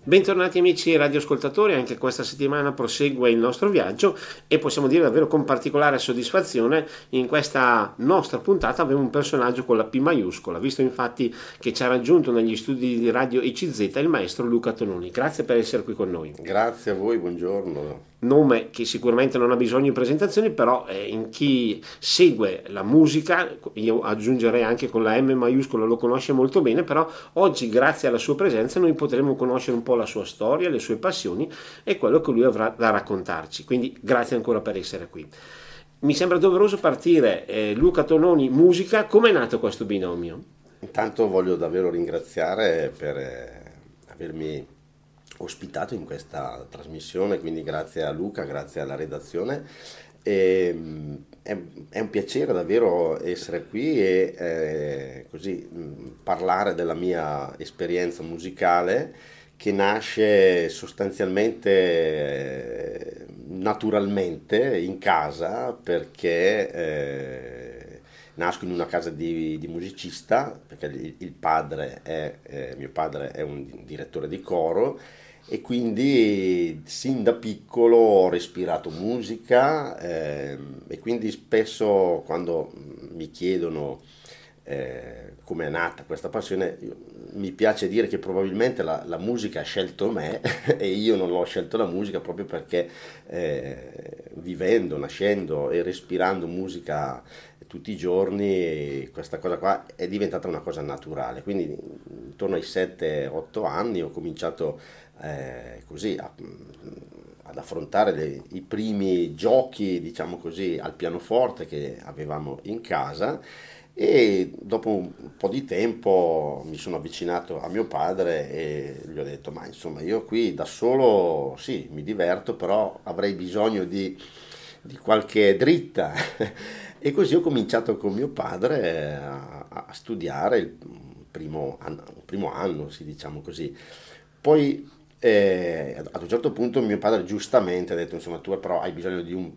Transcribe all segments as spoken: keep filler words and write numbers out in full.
Bentornati amici radioascoltatori, anche questa settimana prosegue il nostro viaggio e possiamo dire davvero con particolare soddisfazione in questa nostra puntata abbiamo un personaggio con la P maiuscola, visto infatti che ci ha raggiunto negli studi di Radio I C Z il maestro Luca Tononi. Grazie per essere qui con noi. Grazie a voi, buongiorno. Nome che sicuramente non ha bisogno di presentazioni, però eh, in chi segue la musica, io aggiungerei anche con la M maiuscola, lo conosce molto bene, però oggi grazie alla sua presenza noi potremo conoscere un po' la sua storia, le sue passioni e quello che lui avrà da raccontarci, quindi grazie ancora per essere qui. Mi sembra doveroso partire, eh, Luca Tononi, musica, come è nato questo binomio? Intanto voglio davvero ringraziare per eh, avermi ospitato in questa trasmissione, quindi grazie a Luca, grazie alla redazione. E, è, è un piacere davvero essere qui e eh, così mh, parlare della mia esperienza musicale che nasce sostanzialmente eh, naturalmente in casa perché eh, nasco in una casa di, di musicista perché il, il padre è eh, mio padre è un direttore di coro e quindi sin da piccolo ho respirato musica eh, e quindi spesso quando mi chiedono eh, come è nata questa passione io, mi piace dire che probabilmente la, la musica ha scelto me e io non ho scelto la musica proprio perché eh, vivendo, nascendo e respirando musica tutti i giorni questa cosa qua è diventata una cosa naturale, quindi intorno ai sette otto anni ho cominciato eh, così a, ad affrontare le, i primi giochi, diciamo così, al pianoforte che avevamo in casa e dopo un po' di tempo mi sono avvicinato a mio padre e gli ho detto ma insomma io qui da solo sì mi diverto però avrei bisogno di, di qualche dritta e così ho cominciato con mio padre a, a studiare il primo anno, il primo anno sì, diciamo così. Poi eh, ad un certo punto mio padre giustamente ha detto insomma tu però hai bisogno di un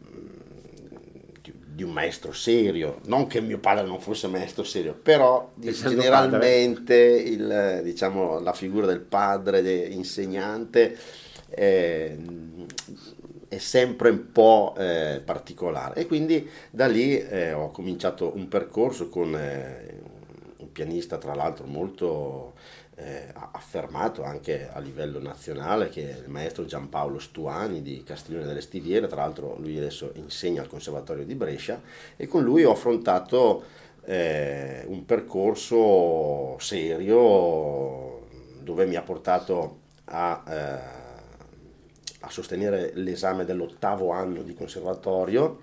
di un maestro serio, non che mio padre non fosse maestro serio, però Essendo generalmente il, diciamo, la figura del padre, dell'insegnante eh, è sempre un po' eh, particolare e quindi da lì eh, ho cominciato un percorso con eh, un pianista tra l'altro molto eh, affermato anche a livello nazionale che è il maestro Giampaolo Stuani di Castiglione delle Stiviere, tra l'altro lui adesso insegna al Conservatorio di Brescia e con lui ho affrontato eh, un percorso serio dove mi ha portato a, eh, a sostenere l'esame dell'ottavo anno di conservatorio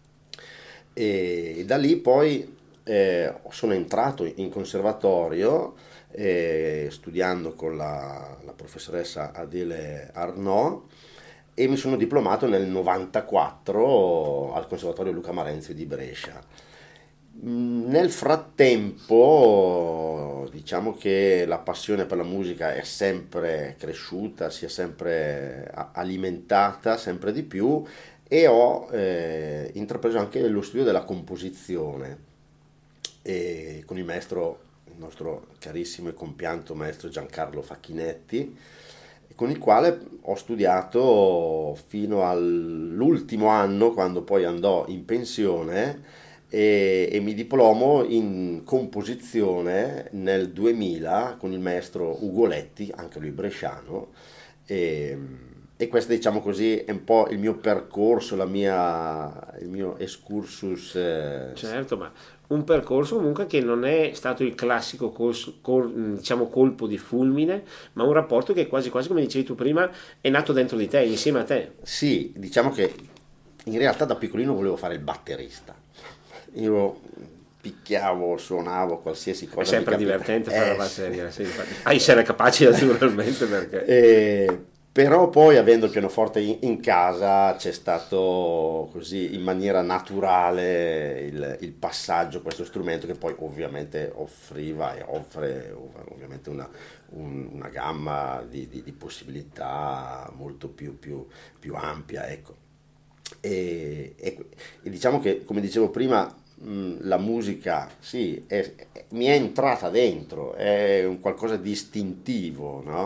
e, e da lì poi eh, sono entrato in conservatorio eh, studiando con la, la professoressa Adele Arnaud e mi sono diplomato nel novantaquattro al Conservatorio Luca Marenzio di Brescia. Nel frattempo diciamo che la passione per la musica è sempre cresciuta, si è sempre alimentata sempre di più e ho eh, intrapreso anche lo studio della composizione e con il maestro il nostro carissimo e compianto maestro Giancarlo Facchinetti, con il quale ho studiato fino all'ultimo anno, quando poi andò in pensione, e, e mi diplomo in composizione nel duemila con il maestro Ugoletti, anche lui bresciano, e, e questo diciamo così è un po' il mio percorso, la mia, il mio excursus. Eh, Certo, ma un percorso comunque che non è stato il classico col- col- diciamo colpo di fulmine, ma un rapporto che quasi quasi, come dicevi tu prima, è nato dentro di te, insieme a te. Sì, diciamo che in realtà da piccolino volevo fare il batterista. Io picchiavo, suonavo qualsiasi cosa. È sempre mi capita- divertente fare la Eh, batteria, sì, infatti. A essere capaci naturalmente perché... Eh, però poi avendo il pianoforte in, in casa c'è stato così in maniera naturale il, il passaggio a questo strumento che poi ovviamente offriva e offre ovviamente una, un- una gamma di, di- di possibilità molto più, più- più ampia, ecco. E, e- e diciamo che, come dicevo prima, mh, la musica sì, è- è- mi è entrata dentro, è un qualcosa di istintivo, no?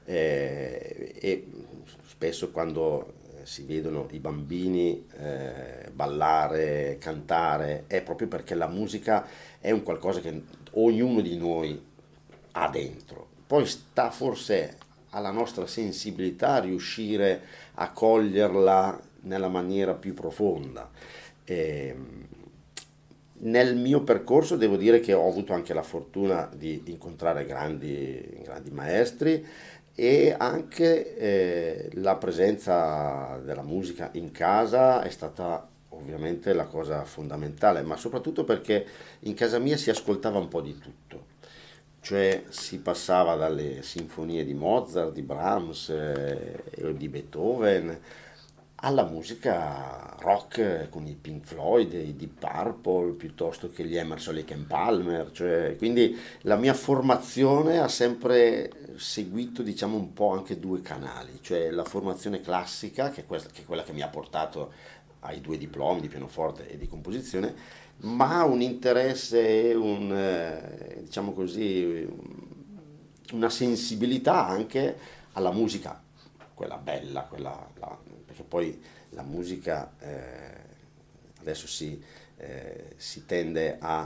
eh, e spesso quando si vedono i bambini eh, ballare, cantare, è proprio perché la musica è un qualcosa che ognuno di noi ha dentro. Poi sta forse alla nostra sensibilità riuscire a coglierla nella maniera più profonda. E, nel mio percorso devo dire che ho avuto anche la fortuna di incontrare grandi, grandi maestri e anche eh, la presenza della musica in casa è stata ovviamente la cosa fondamentale, ma soprattutto perché in casa mia si ascoltava un po' di tutto, cioè si passava dalle sinfonie di Mozart, di Brahms eh, e di Beethoven alla musica rock con i Pink Floyd, i Deep Purple, piuttosto che gli Emerson, Lake and Palmer, cioè, quindi la mia formazione ha sempre seguito, diciamo, un po' anche due canali, cioè la formazione classica, che è, questa, che è quella che mi ha portato ai due diplomi di pianoforte e di composizione, ma un interesse e un, eh, diciamo così, una sensibilità anche alla musica, quella bella, quella, la, perché poi la musica eh, adesso si, eh, si tende a,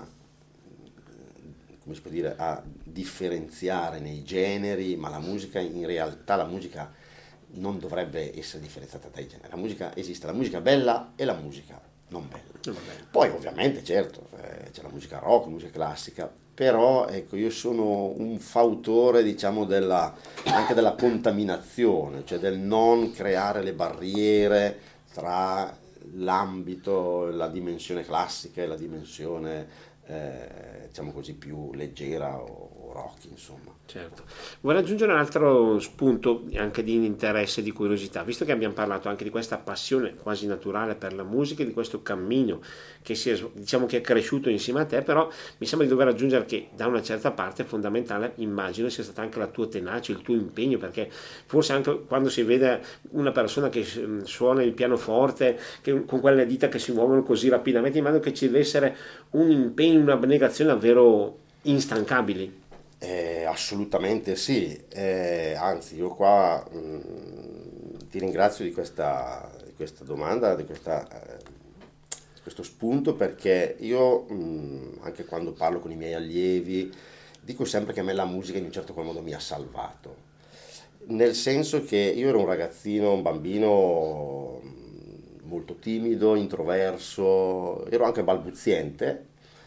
come si può dire, a differenziare nei generi, ma la musica in realtà la musica non dovrebbe essere differenziata dai generi. La musica esiste, la musica bella e la musica non bella. Poi ovviamente certo eh, c'è la musica rock, la musica classica, però ecco, io sono un fautore, diciamo, della, anche della contaminazione, cioè del non creare le barriere tra l'ambito, la dimensione classica e la dimensione eh, diciamo così più leggera o, o rock, insomma. Certo. Vorrei aggiungere un altro spunto anche di interesse, di curiosità, visto che abbiamo parlato anche di questa passione quasi naturale per la musica e di questo cammino che si è, diciamo che è cresciuto insieme a te, però mi sembra di dover aggiungere che da una certa parte è fondamentale, immagino, sia stata anche la tua tenacia, il tuo impegno, perché forse anche quando si vede una persona che suona il pianoforte che, con quelle dita che si muovono così rapidamente, immagino che ci deve essere un impegno, un'abnegazione davvero instancabili. Eh, assolutamente sì, eh, anzi io qua mh, ti ringrazio di questa, di questa domanda, di questa, eh, questo spunto, perché io mh, anche quando parlo con i miei allievi dico sempre che a me la musica in un certo qual modo mi ha salvato, nel senso che io ero un ragazzino, un bambino mh, molto timido, introverso, ero anche balbuziente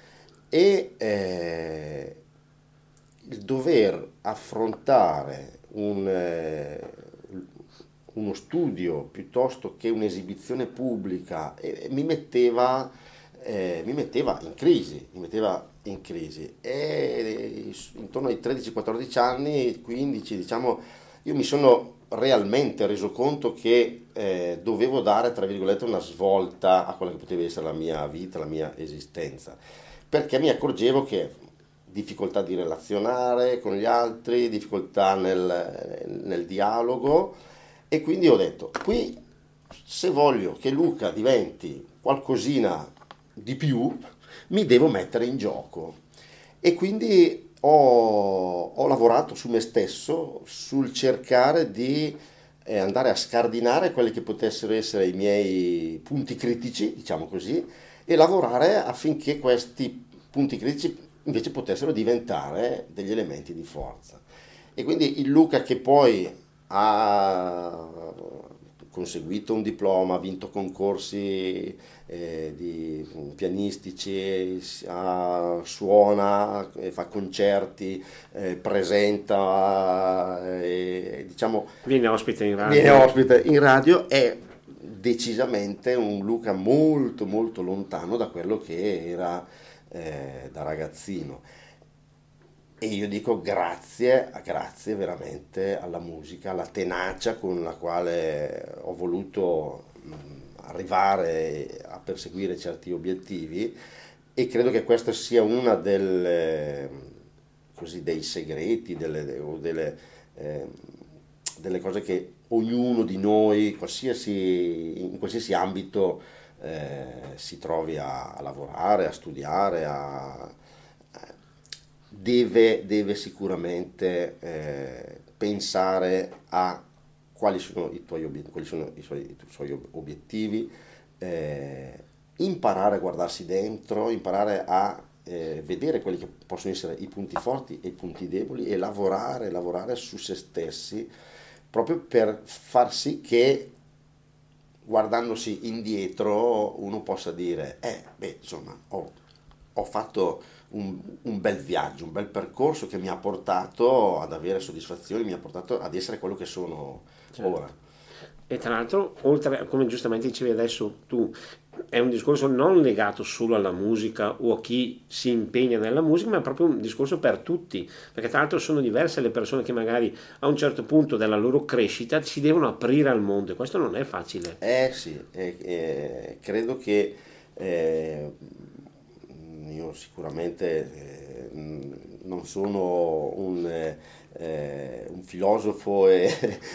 e eh, il dover affrontare un, eh, uno studio piuttosto che un'esibizione pubblica eh, mi metteva, eh, mi metteva in crisi, mi metteva in crisi e intorno ai tredici quattordici anni, quindici, diciamo, io mi sono realmente reso conto che eh, dovevo dare, tra virgolette, una svolta a quella che poteva essere la mia vita, la mia esistenza, perché mi accorgevo che difficoltà di relazionare con gli altri, difficoltà nel, nel dialogo, e quindi ho detto, qui se voglio che Luca diventi qualcosina di più, mi devo mettere in gioco. E quindi ho, ho lavorato su me stesso, sul cercare di eh, andare a scardinare quelli che potessero essere i miei punti critici, diciamo così, e lavorare affinché questi punti critici invece potessero diventare degli elementi di forza. E quindi il Luca che poi ha conseguito un diploma, ha vinto concorsi eh, di pianistici, ha, suona, eh, fa concerti, eh, presenta, eh, diciamo, Viene ospite in radio. viene ospite in radio, è decisamente un Luca molto molto lontano da quello che era eh, da ragazzino. E io dico grazie, grazie veramente alla musica, alla tenacia con la quale ho voluto mh, arrivare a perseguire certi obiettivi, e credo che questo sia una delle, così, dei segreti delle, o delle, eh, delle cose che ognuno di noi, qualsiasi, in qualsiasi ambito eh, si trovi a, a lavorare, a studiare, a deve, deve sicuramente eh, pensare a quali sono i tuoi obiettivi, quali sono i suoi, i suoi obiettivi, eh, imparare a guardarsi dentro, imparare a eh, vedere quelli che possono essere i punti forti e i punti deboli e lavorare, lavorare su se stessi proprio per far sì che guardandosi indietro uno possa dire, eh, beh, insomma, ho, ho fatto un, un bel viaggio, un bel percorso che mi ha portato ad avere soddisfazioni, mi ha portato ad essere quello che sono Certo. ora. E tra l'altro, oltre, come giustamente dicevi adesso tu, è un discorso non legato solo alla musica o a chi si impegna nella musica, ma è proprio un discorso per tutti, perché tra l'altro sono diverse le persone che magari a un certo punto della loro crescita si devono aprire al mondo e questo non è facile. Eh sì, eh, eh, credo che eh, io sicuramente eh, non sono un, eh, eh, un filosofo e,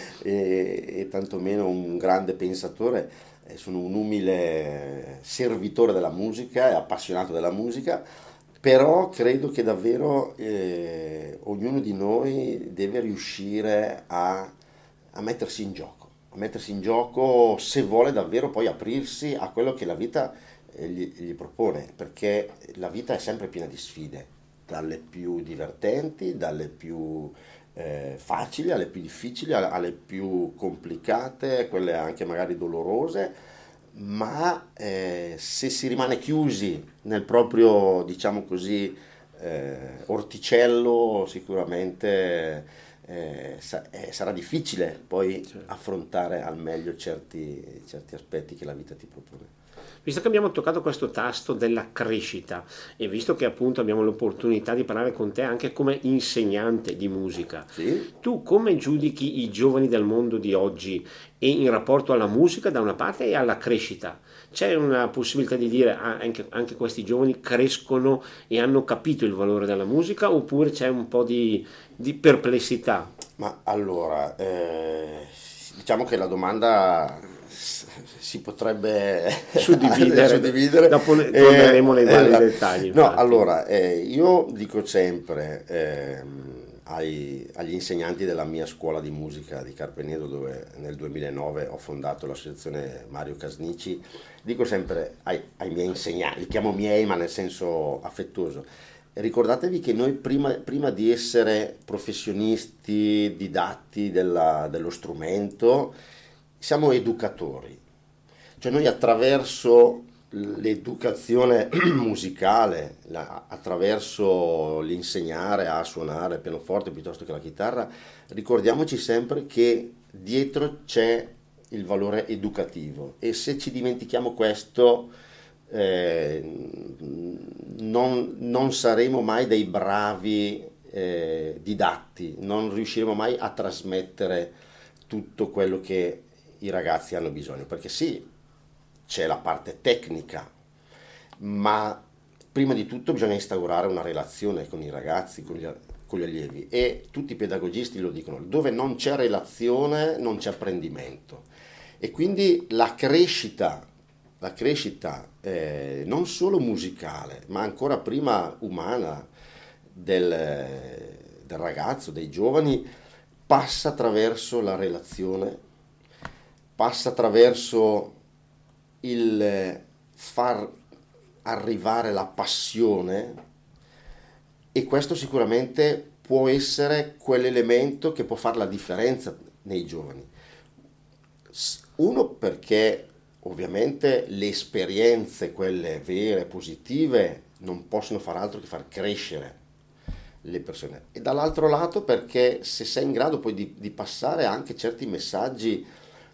e, e tantomeno un grande pensatore, eh, sono un umile servitore della musica e appassionato della musica, però credo che davvero eh, ognuno di noi deve riuscire a, a mettersi in gioco, a mettersi in gioco se vuole davvero poi aprirsi a quello che la vita eh, gli, gli propone, perché la vita è sempre piena di sfide, dalle più divertenti, dalle più eh, facili alle più difficili, alle alle più complicate, quelle anche magari dolorose, ma eh, se si rimane chiusi nel proprio, diciamo così, eh, orticello, sicuramente eh, sa- eh, sarà difficile poi Cioè, affrontare al meglio certi, certi aspetti che la vita ti propone. visto che abbiamo toccato questo tasto della crescita e visto che appunto abbiamo l'opportunità di parlare con te anche come insegnante di musica, Sì? tu come giudichi i giovani del mondo di oggi e in rapporto alla musica da una parte e alla crescita? C'è una possibilità di dire ah, anche, anche questi giovani crescono e hanno capito il valore della musica oppure c'è un po' di, di perplessità? Ma allora, eh, diciamo che la domanda s- si potrebbe Suddividere, suddividere. dopo ne eh, torneremo nei eh, vari la- dettagli no, infatti. allora, eh, io dico sempre ehm, ai- agli insegnanti della mia scuola di musica di Carpenedo, dove nel duemilanove ho fondato l'associazione Mario Casnici, dico sempre ai, ai miei insegnanti, li chiamo miei ma nel senso affettuoso, ricordatevi che noi prima, prima di essere professionisti, didatti della- dello strumento, siamo educatori. Cioè noi attraverso l'educazione musicale, la- attraverso l'insegnare a suonare il pianoforte piuttosto che la chitarra, ricordiamoci sempre che dietro c'è il valore educativo e se ci dimentichiamo questo eh, non, non saremo mai dei bravi eh, didatti, non riusciremo mai a trasmettere tutto quello che i ragazzi hanno bisogno, perché sì, c'è la parte tecnica, ma prima di tutto bisogna instaurare una relazione con i ragazzi, con gli, con gli allievi e tutti i pedagogisti lo dicono, dove non c'è relazione non c'è apprendimento e quindi la crescita, la crescita eh, non solo musicale, ma ancora prima umana del, del ragazzo, dei giovani, passa attraverso la relazione, passa attraverso il far arrivare la passione e questo sicuramente può essere quell'elemento che può fare la differenza nei giovani. Uno perché ovviamente le esperienze, quelle vere, positive, non possono far altro che far crescere le persone e dall'altro lato perché se sei in grado poi di, di passare anche certi messaggi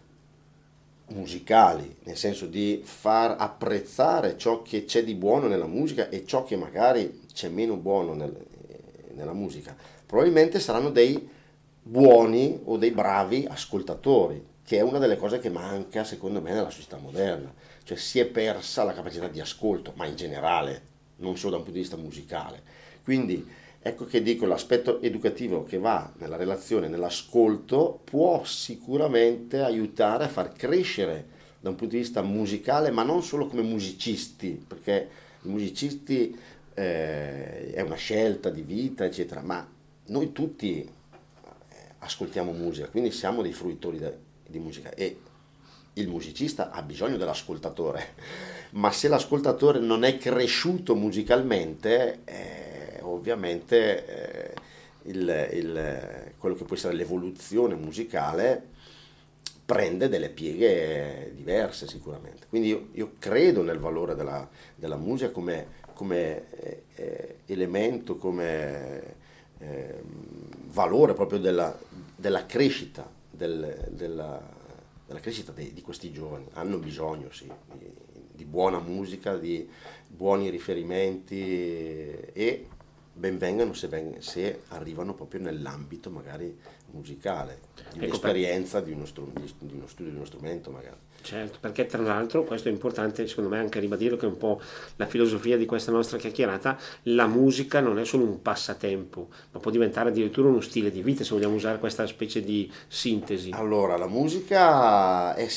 musicali, nel senso di far apprezzare ciò che c'è di buono nella musica e ciò che magari c'è meno buono nel- nella musica, probabilmente saranno dei buoni o dei bravi ascoltatori, che è una delle cose che manca secondo me nella società moderna, cioè si è persa la capacità di ascolto, ma in generale, non solo da un punto di vista musicale. Quindi ecco che dico, l'aspetto educativo che va nella relazione, nell'ascolto, può sicuramente aiutare a far crescere da un punto di vista musicale, ma non solo come musicisti, perché i musicisti eh, è una scelta di vita, eccetera, ma noi tutti eh, ascoltiamo musica, quindi siamo dei fruitori de- di musica e il musicista ha bisogno dell'ascoltatore, ma se l'ascoltatore non è cresciuto musicalmente, eh, ovviamente eh, il- il- quello che può essere l'evoluzione musicale prende delle pieghe diverse sicuramente. Quindi io, io credo nel valore della, della musica come, come eh, eh, elemento, come eh, valore proprio della, della crescita, del- della, della crescita dei- di questi giovani. Hanno bisogno, sì, di, di buona musica, di buoni riferimenti e benvengano se, veng- se arrivano proprio nell'ambito magari musicale, di Ecco, per- un'esperienza, di uno, stru- di di uno studio di uno strumento magari. certo, perché tra l'altro questo è importante secondo me anche ribadire che è un po' la filosofia di questa nostra chiacchierata, la musica non è solo un passatempo, ma può diventare addirittura uno stile di vita se vogliamo usare questa specie di sintesi. Allora, la musica è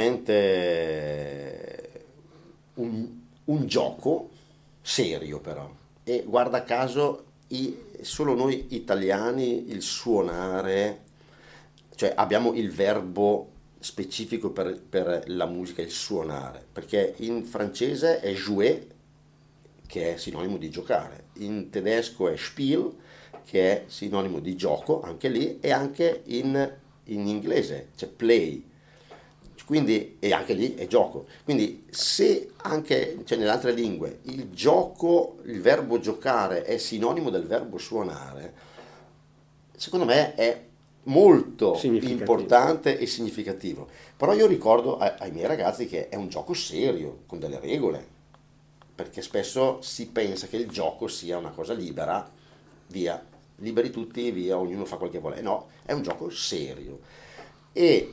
sicuramente un, un gioco serio però e guarda caso i- solo noi italiani il suonare, cioè abbiamo il verbo specifico per, per la musica, il suonare, perché in francese è jouer, che è sinonimo di giocare, in tedesco è Spiel, che è sinonimo di gioco, anche lì, e anche in, in inglese c'è play, quindi, e anche lì è gioco. Quindi se anche cioè, nelle altre lingue il gioco, il verbo giocare è sinonimo del verbo suonare, secondo me è molto Significativo. importante e significativo. Però io ricordo ai, ai miei ragazzi che è un gioco serio, con delle regole, perché spesso si pensa che il gioco sia una cosa libera, via, liberi tutti, via, ognuno fa quel che vuole. No, è un gioco serio. E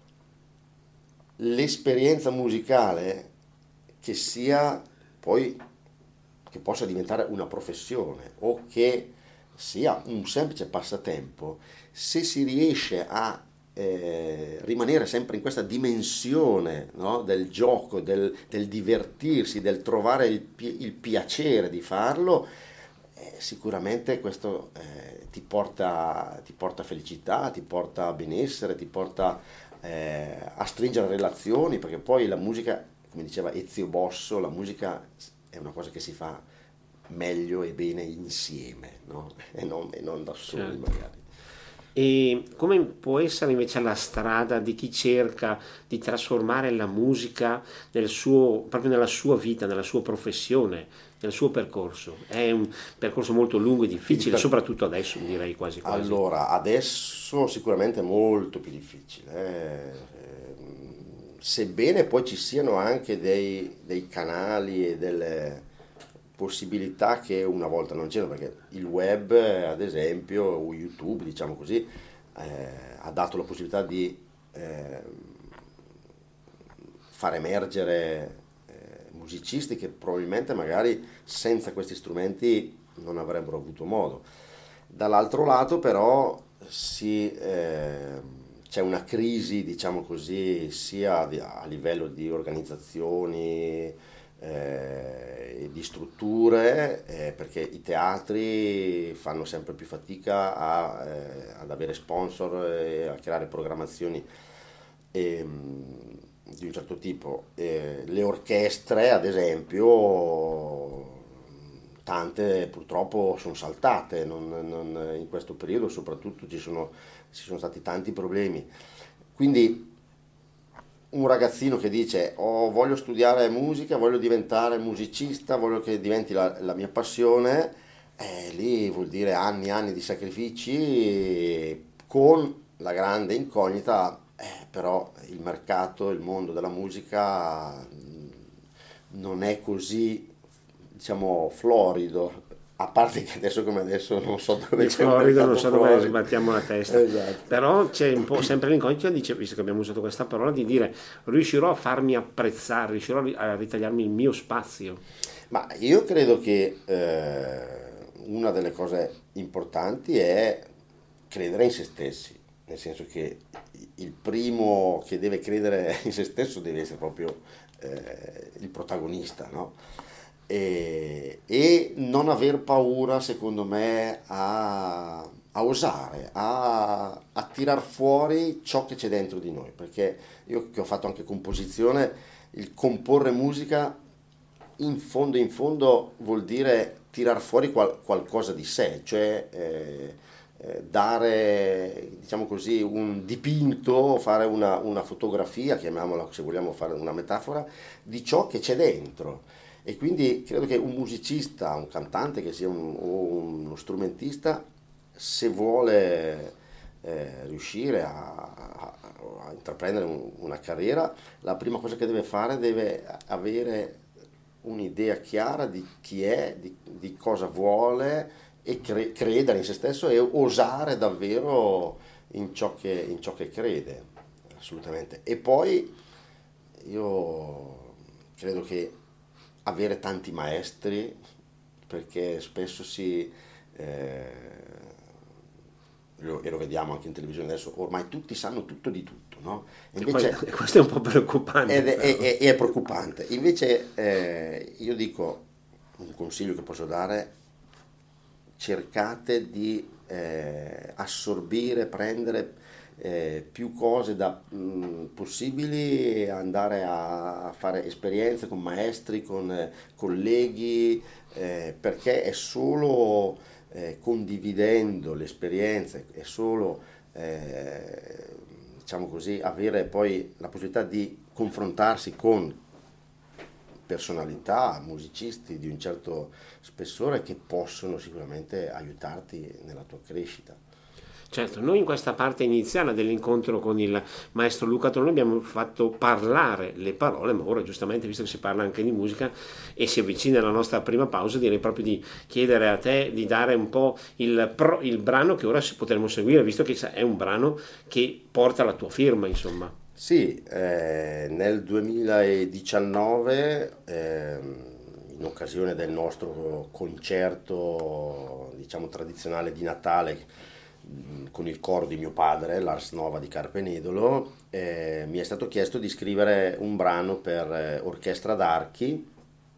l'esperienza musicale che sia poi che possa diventare una professione o che sia un semplice passatempo, se si riesce a eh, rimanere sempre in questa dimensione, no, del gioco, del, del divertirsi, del trovare il, pi- il piacere di farlo, eh, sicuramente questo eh, ti porta, ti porta felicità, ti porta benessere, ti porta eh, a stringere relazioni, perché poi la musica, come diceva Ezio Bosso, la musica è una cosa che si fa meglio e bene insieme, no? E non, e non da soli Certo. magari. E come può essere invece la strada di chi cerca di trasformare la musica nel suo, proprio nella sua vita, nella sua professione, nel suo percorso? È un percorso molto lungo e Il difficile, per- soprattutto adesso, direi quasi quasi. Allora, adesso sicuramente è molto più difficile, eh. Ehm, sebbene poi ci siano anche dei, dei canali e delle possibilità che una volta non c'erano, perché il web, eh, ad esempio, o YouTube, diciamo così, eh, ha dato la possibilità di eh, far emergere eh, musicisti che probabilmente magari senza questi strumenti non avrebbero avuto modo. Dall'altro lato però si, eh, c'è una crisi, diciamo così, sia di- a livello di organizzazioni eh, e di strutture, eh, perché i teatri fanno sempre più fatica a, eh, ad avere sponsor e a creare programmazioni ehm, di un certo tipo. Eh, le orchestre, ad esempio, tante purtroppo sono saltate, non- non- in questo periodo soprattutto ci sono, ci sono stati tanti problemi. Quindi un ragazzino che dice oh, voglio studiare musica, voglio diventare musicista, voglio che diventi la, la mia passione, eh, lì vuol dire anni e anni di sacrifici con la grande incognita, eh, però il mercato, il mondo della musica mh, non è così, diciamo, florido. A parte che adesso come adesso non so dove Di c'è un Florida non mercato so dove florido. sbattiamo la testa, Esatto. però c'è un po' sempre l'incognita, dice, visto che abbiamo usato questa parola, di dire riuscirò a farmi apprezzare, riuscirò a ri- a ritagliarmi il mio spazio. Ma io credo che eh, una delle cose importanti è credere in se stessi, nel senso che il primo che deve credere in se stesso deve essere proprio eh, il protagonista, no? e, e non aver paura, secondo me, a, a osare, a, a tirar fuori ciò che c'è dentro di noi, perché io che ho fatto anche composizione, il comporre musica in fondo in fondo vuol dire tirar fuori qual- qualcosa di sé, cioè eh, eh, dare, diciamo così, un dipinto, fare una, una fotografia, chiamiamola se vogliamo fare una metafora, di ciò che c'è dentro. E quindi credo che un musicista, un cantante, che sia un- o uno strumentista, se vuole eh, riuscire a, a- a intraprendere un- una carriera, la prima cosa che deve fare deve avere un'idea chiara di chi è, di, di cosa vuole e cre- credere in se stesso e osare davvero in ciò che, in ciò che crede, assolutamente. E poi io credo che avere tanti maestri, perché spesso si, eh, lo- e lo vediamo anche in televisione adesso, ormai tutti sanno tutto di tutto, no? E E poi- invece e questo è un po' preoccupante, ed è, è- però. è- è preoccupante. Invece eh, io dico, un consiglio che posso dare, cercate di eh, assorbire, prendere eh, più cose da, mh, possibili e andare a fare esperienze con maestri, con eh, colleghi, eh, perché è solo eh, condividendo le esperienze, è solo eh, diciamo così, avere poi la possibilità di confrontarsi con personalità, musicisti di un certo spessore che possono sicuramente aiutarti nella tua crescita. Certo, noi in questa parte iniziale dell'incontro con il maestro Luca Trononi abbiamo fatto parlare le parole, ma ora giustamente, visto che si parla anche di musica e si avvicina la nostra prima pausa, direi proprio di chiedere a te di dare un po' il, pro- il brano che ora potremo seguire, visto che è un brano che porta la tua firma, insomma. Sì, eh, nel duemiladiciannove, ehm, in occasione del nostro concerto, diciamo, tradizionale di Natale, mh, con il coro di mio padre, l'Ars Nova di Carpenedolo, eh, mi è stato chiesto di scrivere un brano per eh, orchestra d'archi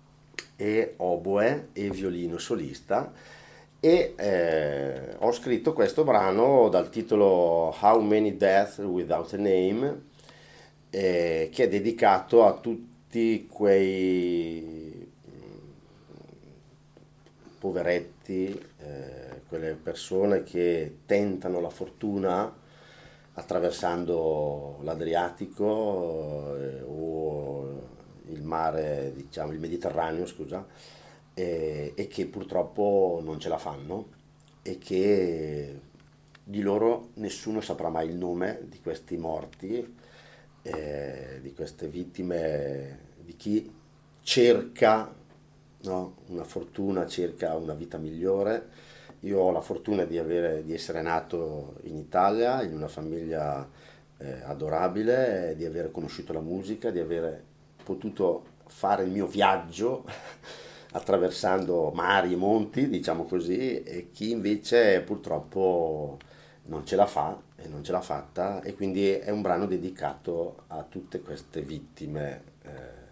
e oboe e violino solista e eh, ho scritto questo brano dal titolo How Many Deaths Without a Name, eh, che è dedicato a tutti quei poveretti, eh, quelle persone che tentano la fortuna attraversando l'Adriatico eh, o il mare, diciamo, il Mediterraneo, scusa, e, e che purtroppo non ce la fanno e che di loro nessuno saprà mai il nome di questi morti, eh, di queste vittime, di chi cerca, no, una fortuna, cerca una vita migliore. Io ho la fortuna di, avere, di essere nato in Italia, in una famiglia eh, adorabile, di aver conosciuto la musica, di aver potuto fare il mio viaggio attraversando mari e monti, diciamo così, e chi invece purtroppo non ce la fa e non ce l'ha fatta e quindi è un brano dedicato a tutte queste vittime eh,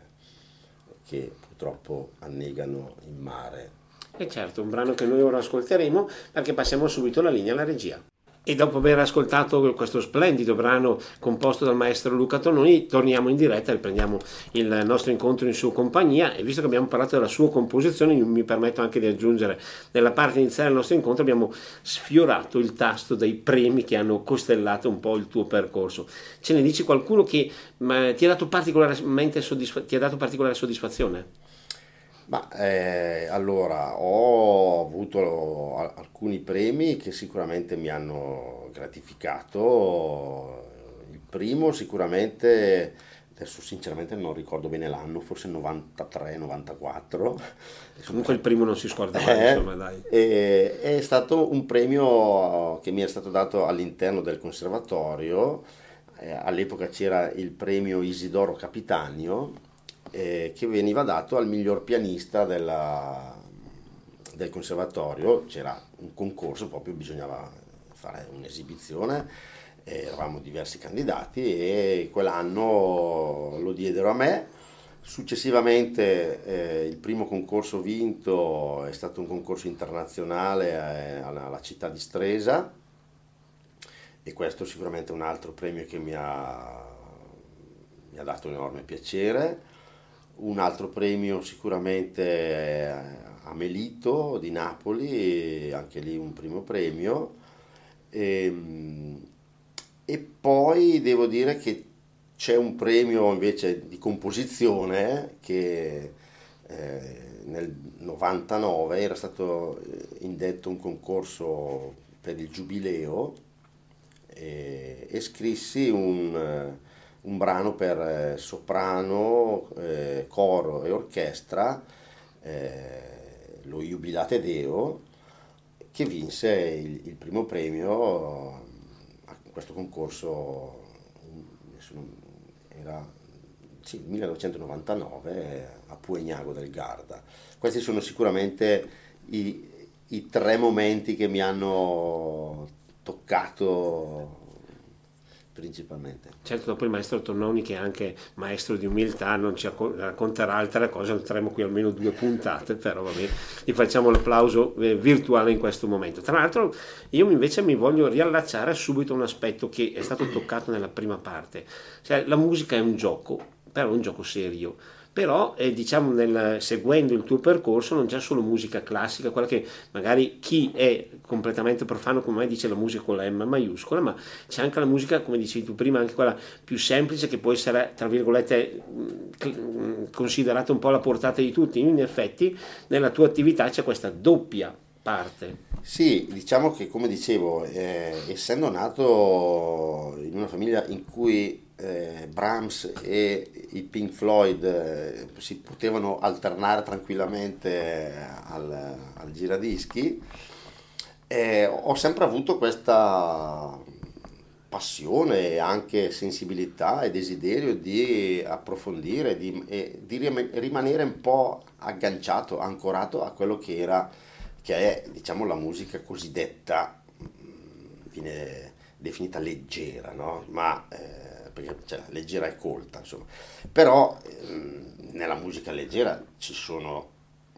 che purtroppo annegano in mare. E certo, un brano che noi ora ascolteremo perché passiamo subito la linea alla regia. E dopo aver ascoltato questo splendido brano composto dal maestro Luca Tononi, torniamo in diretta e riprendiamo il nostro incontro in sua compagnia. E visto che abbiamo parlato della sua composizione, mi permetto anche di aggiungere, nella parte iniziale del nostro incontro abbiamo sfiorato il tasto dei premi che hanno costellato un po' il tuo percorso. Ce ne dici qualcuno che ma, ti ha dato particolarmente soddisfa- ti ha dato particolare soddisfazione? Ma eh, allora ho avuto a- alcuni premi che sicuramente mi hanno gratificato. Il primo sicuramente, adesso sinceramente non ricordo bene l'anno, forse novantatré novantaquattro. Comunque il primo non si scorda mai, Eh, insomma, dai. e- è stato un premio che mi è stato dato all'interno del conservatorio. Eh, all'epoca c'era il premio Isidoro Capitanio eh, che veniva dato al miglior pianista della- del conservatorio. C'era un concorso, proprio bisognava fare un'esibizione, eh, eravamo diversi candidati e quell'anno lo diedero a me. Successivamente eh, il primo concorso vinto è stato un concorso internazionale eh, alla, alla città di Stresa, e questo sicuramente è un altro premio che mi ha, mi ha dato enorme piacere. Un altro premio sicuramente è a Melito di Napoli, anche lì un primo premio. E, e poi devo dire che c'è un premio invece di composizione che eh, nel novantanove era stato indetto un concorso per il Giubileo, e, e scrissi un, un brano per eh, soprano, eh, coro e orchestra, eh, lo Jubilate Deo, che vinse il, il primo premio a questo concorso. Adesso non- era sì, millenovecentonovantanove a Puegnago del Garda. Questi sono sicuramente i, i tre momenti che mi hanno toccato principalmente. Certo, dopo il maestro Tononi, che è anche maestro di umiltà, non ci racco- racconterà altre cose, non staremo qui almeno due puntate, però vabbè, gli facciamo l'applauso eh, virtuale in questo momento. Tra l'altro io invece mi voglio riallacciare subito a un aspetto che è stato toccato nella prima parte, cioè la musica è un gioco, però è un gioco serio. Però eh, diciamo nel, seguendo il tuo percorso non c'è solo musica classica, quella che magari chi è completamente profano come me dice la musica con la M maiuscola, ma c'è anche la musica, come dicevi tu prima, anche quella più semplice, che può essere tra virgolette mh, considerata un po' alla portata di tutti. In effetti nella tua attività c'è questa doppia parte. Sì, diciamo che come dicevo, eh, essendo nato in una famiglia in cui eh, Brahms e i Pink Floyd eh, si potevano alternare tranquillamente al, al giradischi, eh, ho sempre avuto questa passione e anche sensibilità e desiderio di approfondire di, e di rim- rimanere un po' agganciato, ancorato a quello che era, che è, diciamo, la musica cosiddetta, mh, viene definita leggera, no? Ma eh, perché cioè, leggera e colta, insomma. Però ehm, nella musica leggera ci sono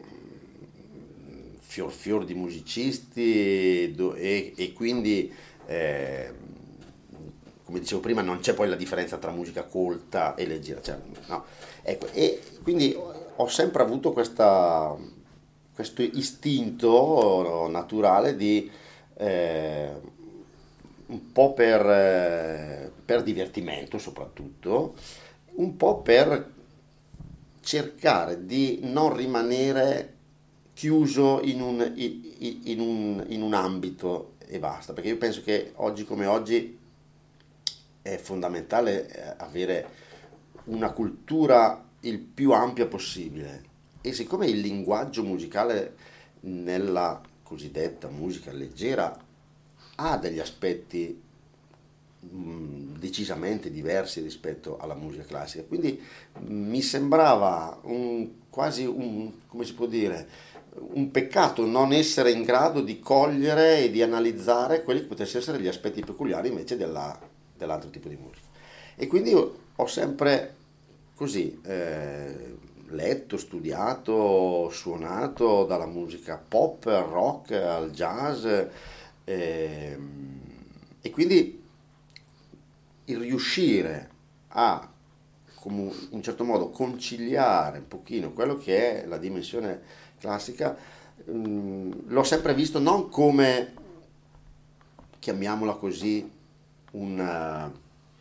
fior fior di musicisti do- e, e quindi eh, come dicevo prima non c'è poi la differenza tra musica colta e leggera, cioè, no. Ecco, e quindi ho sempre avuto questa, questo istinto naturale di eh, un po' per, eh, per divertimento soprattutto, un po' per cercare di non rimanere chiuso in un, in, in un, in un ambito e basta, perché io penso che oggi come oggi è fondamentale eh, avere una cultura il più ampia possibile, e siccome il linguaggio musicale nella cosiddetta musica leggera ha degli aspetti mh, decisamente diversi rispetto alla musica classica, quindi mh, mi sembrava un, quasi un, come si può dire, un peccato non essere in grado di cogliere e di analizzare quelli che potessero essere gli aspetti peculiari invece della, dell'altro tipo di musica. E quindi io ho sempre così eh, letto, studiato, suonato dalla musica pop al rock al jazz, ehm, e quindi il riuscire a come in un certo modo conciliare un pochino quello che è la dimensione classica, mh, l'ho sempre visto non come, chiamiamola così, un,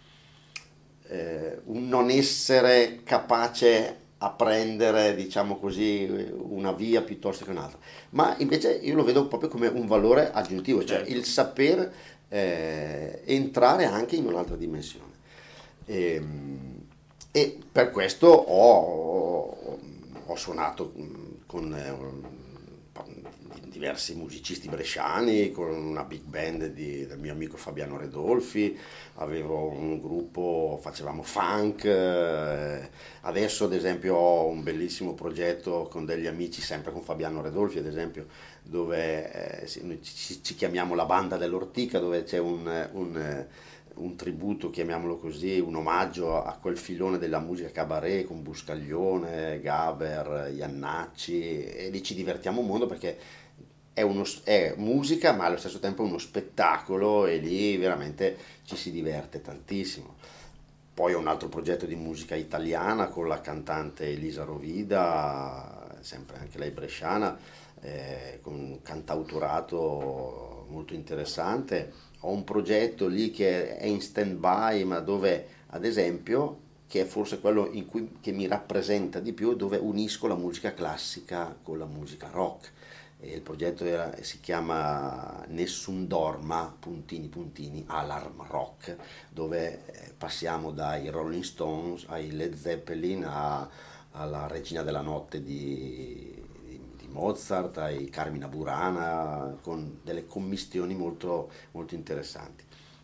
eh, un non essere capace a prendere, diciamo così, una via piuttosto che un'altra, ma invece io lo vedo proprio come un valore aggiuntivo, cioè il saper eh, entrare anche in un'altra dimensione. E, e per questo ho, ho suonato con eh, diversi musicisti bresciani, con una big band di, del mio amico Fabiano Redolfi, avevo un gruppo, facevamo funk, eh, adesso ad esempio ho un bellissimo progetto con degli amici, sempre con Fabiano Redolfi ad esempio, dove eh, ci, ci chiamiamo la banda dell'Ortica, dove c'è un, un un tributo, chiamiamolo così, un omaggio a quel filone della musica cabaret con Buscaglione, Gaber, Iannacci, e lì ci divertiamo un mondo perché è, uno, è musica ma allo stesso tempo è uno spettacolo e lì veramente ci si diverte tantissimo. Poi ho un altro progetto di musica italiana con la cantante Elisa Rovida, sempre anche lei bresciana, eh, con un cantautorato molto interessante. Ho un progetto lì che è in stand-by, ma dove, ad esempio, che è forse quello in cui, che mi rappresenta di più, dove unisco la musica classica con la musica rock. E il progetto era, si chiama Nessun Dorma, puntini puntini, Alarm Rock, dove eh, passiamo dai Rolling Stones ai Led Zeppelin a, alla Regina della Notte di, di, di Mozart, ai Carmina Burana, con delle commistioni molto, molto interessanti.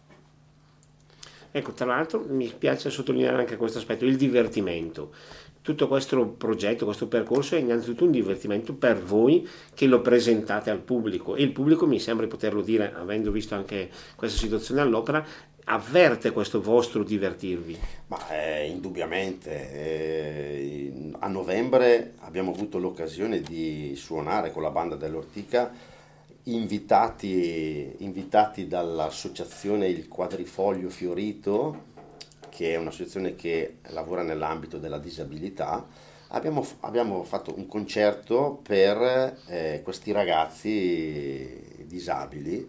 Ecco, tra l'altro mi piace sottolineare anche questo aspetto, il divertimento. Tutto questo progetto, questo percorso è innanzitutto un divertimento per voi che lo presentate al pubblico, e il pubblico, mi sembra di poterlo dire, avendo visto anche questa situazione all'opera, avverte questo vostro divertirvi. Ma eh, indubbiamente, eh, a novembre abbiamo avuto l'occasione di suonare con la banda dell'Ortica, invitati, invitati dall'associazione Il Quadrifoglio Fiorito, che è un'associazione che lavora nell'ambito della disabilità. Abbiamo, abbiamo fatto un concerto per eh, questi ragazzi disabili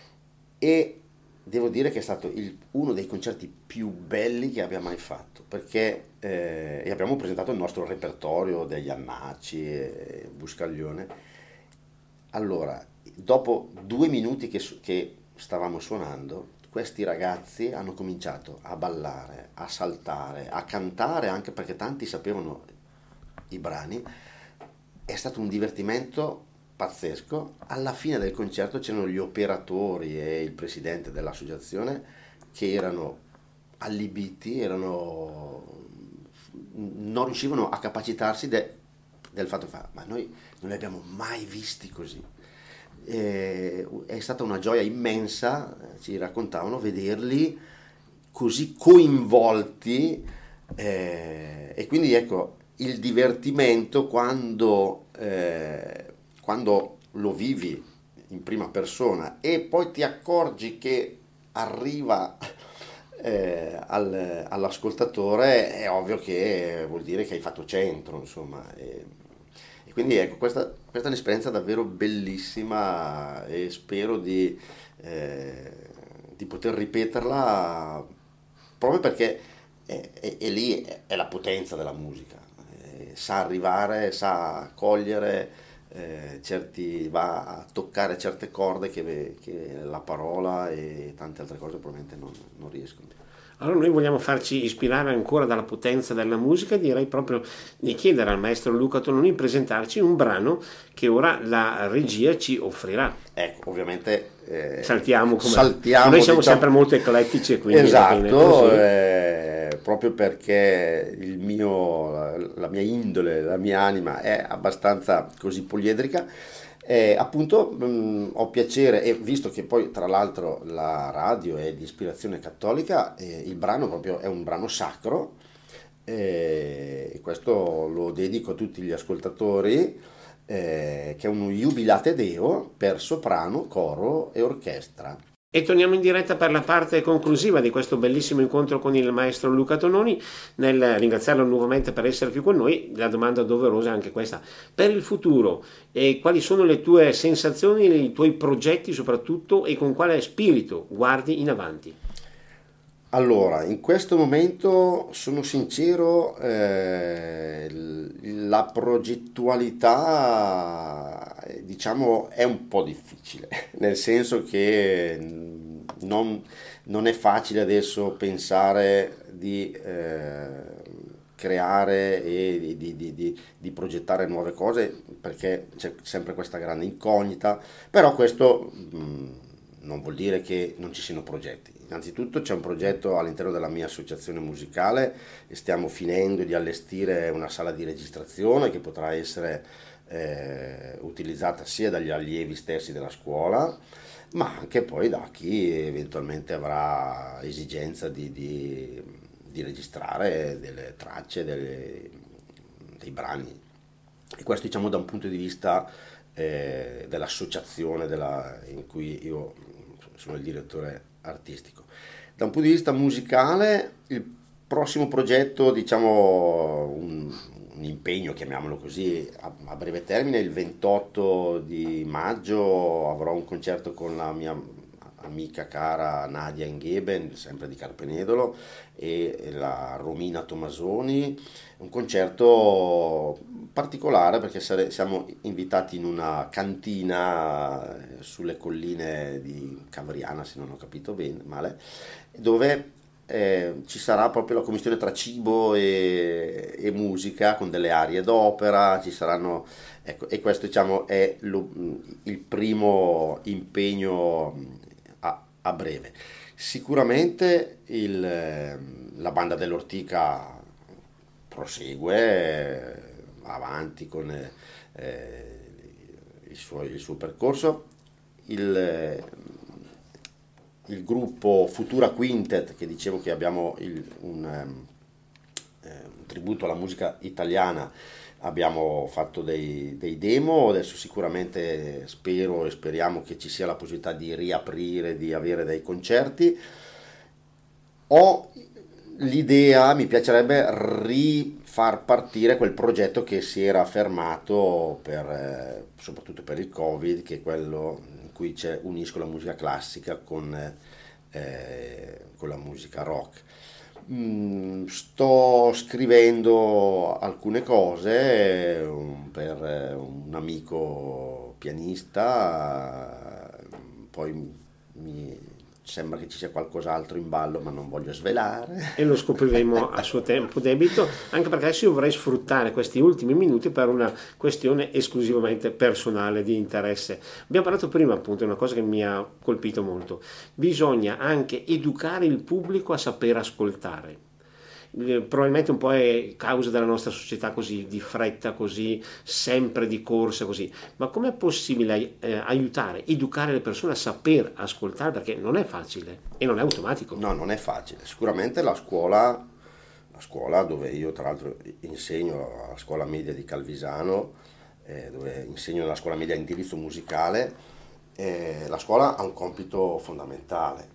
e devo dire che è stato il, uno dei concerti più belli che abbia mai fatto, perché eh, e abbiamo presentato il nostro repertorio degli Annacci e Buscaglione. Allora, dopo due minuti che, che stavamo suonando, questi ragazzi hanno cominciato a ballare, a saltare, a cantare, anche perché tanti sapevano i brani. È stato un divertimento pazzesco. Alla fine del concerto c'erano gli operatori e il presidente dell'associazione che erano allibiti, erano, non riuscivano a capacitarsi de, del fatto che ma noi non li abbiamo mai visti così. Eh, è stata una gioia immensa, ci raccontavano, vederli così coinvolti, eh, e quindi ecco, il divertimento quando, eh, quando lo vivi in prima persona e poi ti accorgi che arriva eh, al, all'ascoltatore, è ovvio che vuol dire che hai fatto centro, insomma. E, e quindi ecco, questa, questa è un'esperienza davvero bellissima e spero di, eh, di poter ripeterla, proprio perché è, è, è lì è, è la potenza della musica, eh, sa arrivare, sa cogliere, eh, certi, va a toccare certe corde che, che la parola e tante altre cose probabilmente non, non riescono. Allora noi vogliamo farci ispirare ancora dalla potenza della musica, direi proprio di chiedere al maestro Luca Tononi di presentarci un brano che ora la regia ci offrirà. Ecco, ovviamente eh, saltiamo come saltiamo, noi siamo diciamo, sempre molto eclettici e quindi esatto, eh, proprio perché il mio, la mia indole, la mia anima è abbastanza così poliedrica. Eh, appunto mh, ho piacere, e visto che poi tra l'altro la radio è di ispirazione cattolica, eh, il brano proprio è un brano sacro, eh, e questo lo dedico a tutti gli ascoltatori, eh, che è un Jubilate Deo per soprano, coro e orchestra. E torniamo in diretta per la parte conclusiva di questo bellissimo incontro con il maestro Luca Tononi. Nel ringraziarlo nuovamente per essere qui con noi, la domanda doverosa è anche questa: per il futuro, e quali sono le tue sensazioni, i tuoi progetti soprattutto, e con quale spirito guardi in avanti? Allora, in questo momento sono sincero, eh, la progettualità, diciamo, è un po' difficile, nel senso che non, non è facile adesso pensare di eh, creare e di, di, di, di, di progettare nuove cose, perché c'è sempre questa grande incognita, però questo mh, non vuol dire che non ci siano progetti. Innanzitutto c'è un progetto all'interno della mia associazione musicale e stiamo finendo di allestire una sala di registrazione che potrà essere eh, utilizzata sia dagli allievi stessi della scuola, ma anche poi da chi eventualmente avrà esigenza di, di, di registrare delle tracce, delle, dei brani. E questo diciamo da un punto di vista eh, dell'associazione della, in cui io sono il direttore artistico. Da un punto di vista musicale, il prossimo progetto, diciamo un, un impegno, chiamiamolo così, a, a breve termine, il ventotto di maggio avrò un concerto con la mia amica cara Nadia Ingheben, sempre di Carpenedolo, e la Romina Tomasoni, un concerto particolare perché sare- siamo invitati in una cantina sulle colline di Cavriana, se non ho capito bene, male, dove eh, ci sarà proprio la commistione tra cibo e, e musica con delle arie d'opera, ci saranno, ecco, e questo diciamo è lo, il primo impegno a, a breve. Sicuramente il, la banda dell'Ortica prosegue, va avanti con eh, il, suo, il suo percorso. Il, il gruppo Futura Quintet, che dicevo che abbiamo il, un, um, eh, un tributo alla musica italiana, abbiamo fatto dei, dei demo, adesso sicuramente spero e speriamo che ci sia la possibilità di riaprire, di avere dei concerti. Ho l'idea, mi piacerebbe rifar partire quel progetto che si era fermato per, eh, soprattutto per il Covid, che è quello in cui c'è, unisco la musica classica con, eh, con la musica rock. Mm, sto scrivendo alcune cose um, per un amico pianista, poi mi sembra che ci sia qualcos'altro in ballo, ma non voglio svelare. E lo scopriremo a suo tempo debito, anche perché adesso io vorrei sfruttare questi ultimi minuti per una questione esclusivamente personale di interesse. Abbiamo parlato prima, appunto, di una cosa che mi ha colpito molto. Bisogna anche educare il pubblico a saper ascoltare. Probabilmente un po' è causa della nostra società così di fretta, così sempre di corsa, così, ma com'è possibile eh, aiutare, educare le persone a saper ascoltare, perché non è facile e non è automatico. No, non è facile. Sicuramente la scuola, la scuola dove io tra l'altro insegno alla scuola media di Calvisano, eh, dove insegno nella scuola media indirizzo musicale, eh, la scuola ha un compito fondamentale.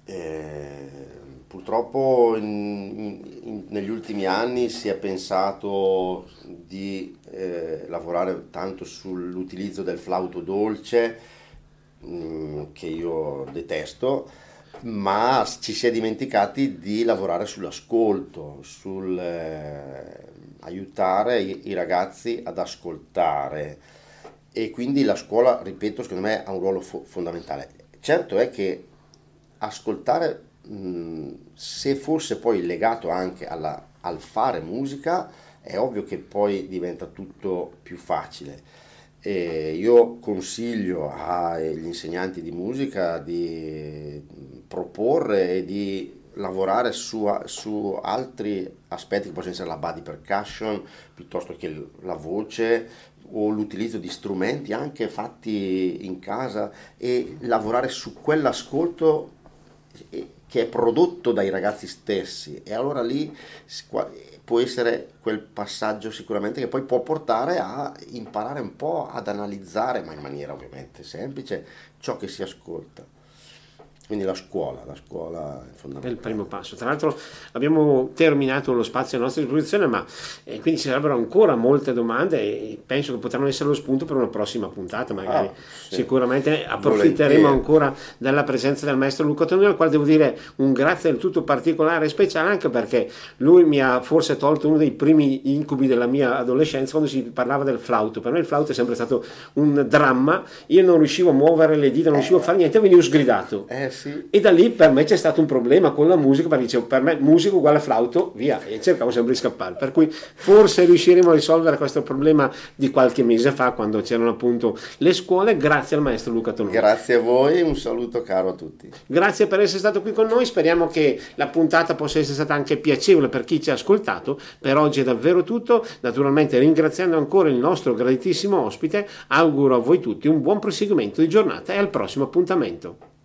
Eh, Purtroppo in, in, negli ultimi anni si è pensato di eh, lavorare tanto sull'utilizzo del flauto dolce, mh, che io detesto, ma ci si è dimenticati di lavorare sull'ascolto, sul eh, aiutare i, i ragazzi ad ascoltare, e quindi la scuola, ripeto, secondo me ha un ruolo fo- fondamentale. Certo è che ascoltare, se fosse poi legato anche alla, al fare musica, è ovvio che poi diventa tutto più facile. E io consiglio agli insegnanti di musica di proporre e di lavorare su, su altri aspetti che possono essere la body percussion piuttosto che la voce o l'utilizzo di strumenti anche fatti in casa, e lavorare su quell'ascolto che è prodotto dai ragazzi stessi, e allora lì può essere quel passaggio sicuramente che poi può portare a imparare un po' ad analizzare, ma in maniera ovviamente semplice, ciò che si ascolta. Quindi la scuola, la scuola è fondamentale. È il primo passo. Tra l'altro abbiamo terminato lo spazio a nostra disposizione, ma eh, quindi ci sarebbero ancora molte domande e penso che potranno essere lo spunto per una prossima puntata, magari. Ah, sì. Sicuramente approfitteremo Volentieri. ancora della presenza del maestro Luca Tonino, al quale devo dire un grazie del tutto particolare e speciale, anche perché lui mi ha forse tolto uno dei primi incubi della mia adolescenza, quando si parlava del flauto. Per me il flauto è sempre stato un dramma, io non riuscivo a muovere le dita, non riuscivo a fare niente, venivo sgridato. Eh, sì. E da lì per me c'è stato un problema con la musica, perché dicevo, per me musica uguale flauto, via, e cercavo sempre di scappare, per cui forse riusciremo a risolvere questo problema di qualche mese fa, quando c'erano appunto le scuole, grazie al maestro Luca Tononi. Grazie a voi, un saluto caro a tutti. Grazie per essere stato qui con noi, speriamo che la puntata possa essere stata anche piacevole per chi ci ha ascoltato. Per oggi è davvero tutto, naturalmente ringraziando ancora il nostro graditissimo ospite, auguro a voi tutti un buon proseguimento di giornata e al prossimo appuntamento.